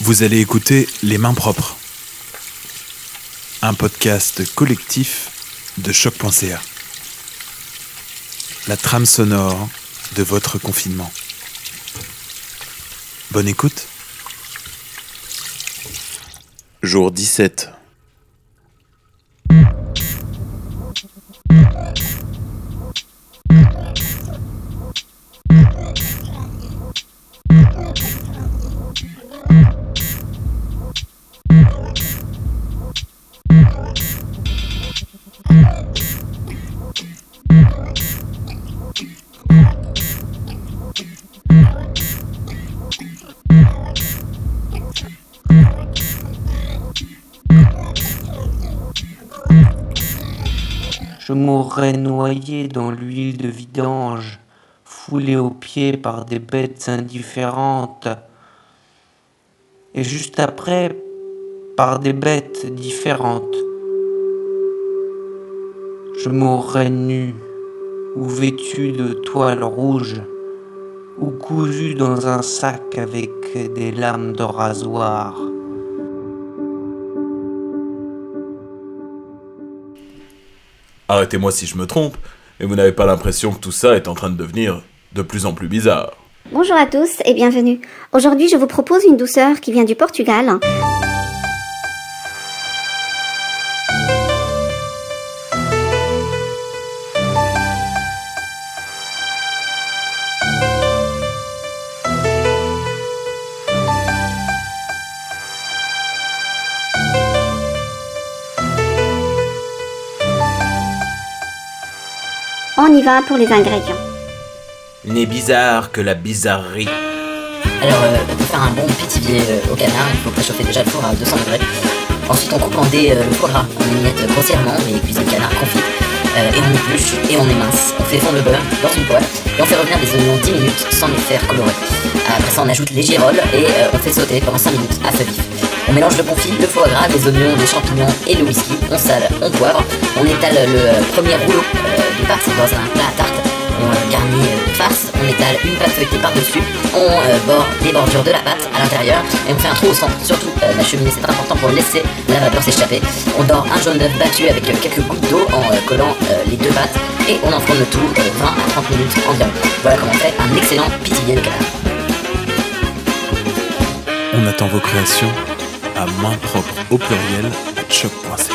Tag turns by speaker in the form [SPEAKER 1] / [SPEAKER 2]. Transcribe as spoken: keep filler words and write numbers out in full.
[SPEAKER 1] Vous allez écouter Les Mains Propres, un podcast collectif de choc point c a. La trame sonore de votre confinement. Bonne écoute. Jour dix-sept.
[SPEAKER 2] Je mourrais noyé dans l'huile de vidange, foulé aux pieds par des bêtes indifférentes, et juste après, par des bêtes différentes. Je mourrais nu, ou vêtu de toile rouge, ou cousu dans un sac avec des lames de rasoir.
[SPEAKER 3] Arrêtez-moi si je me trompe, mais vous n'avez pas l'impression que tout ça est en train de devenir de plus en plus bizarre.
[SPEAKER 4] Bonjour à tous et bienvenue. Aujourd'hui, je vous propose une douceur qui vient du Portugal. On y va pour les ingrédients.
[SPEAKER 3] N'est bizarre que la bizarrerie.
[SPEAKER 5] Alors, euh, pour faire un bon pétillier euh, au canard, il faut préchauffer déjà le four à deux cents degrés. Ensuite, on coupe en dés euh, le foie gras, on émiette grossièrement les cuisses de canard confit, euh, et on épluche et on émince. On fait fondre le beurre dans une poêle et on fait revenir les oignons dix minutes sans les faire colorer. Après ça, on ajoute les girolles et euh, on fait sauter pendant cinq minutes à feu vif. On mélange le confit, le foie gras, les oignons, les champignons et le whisky. On sale, on poivre, on étale le euh, premier rouleau euh, de pâte dans un plat à tarte. On euh, garnit euh, de farce, on étale une pâte feuilletée par-dessus, on euh, bord les bordures de la pâte à l'intérieur et on fait un trou au centre. Surtout euh, la cheminée, c'est important pour laisser la vapeur s'échapper. On dore un jaune d'œuf battu avec euh, quelques gouttes d'eau en euh, collant euh, les deux pâtes et on enfourne le tout euh, vingt à trente minutes environ. Voilà comment on fait un excellent pétillier de canard.
[SPEAKER 1] On attend vos créations à mains propres au pluriel à choc point c a.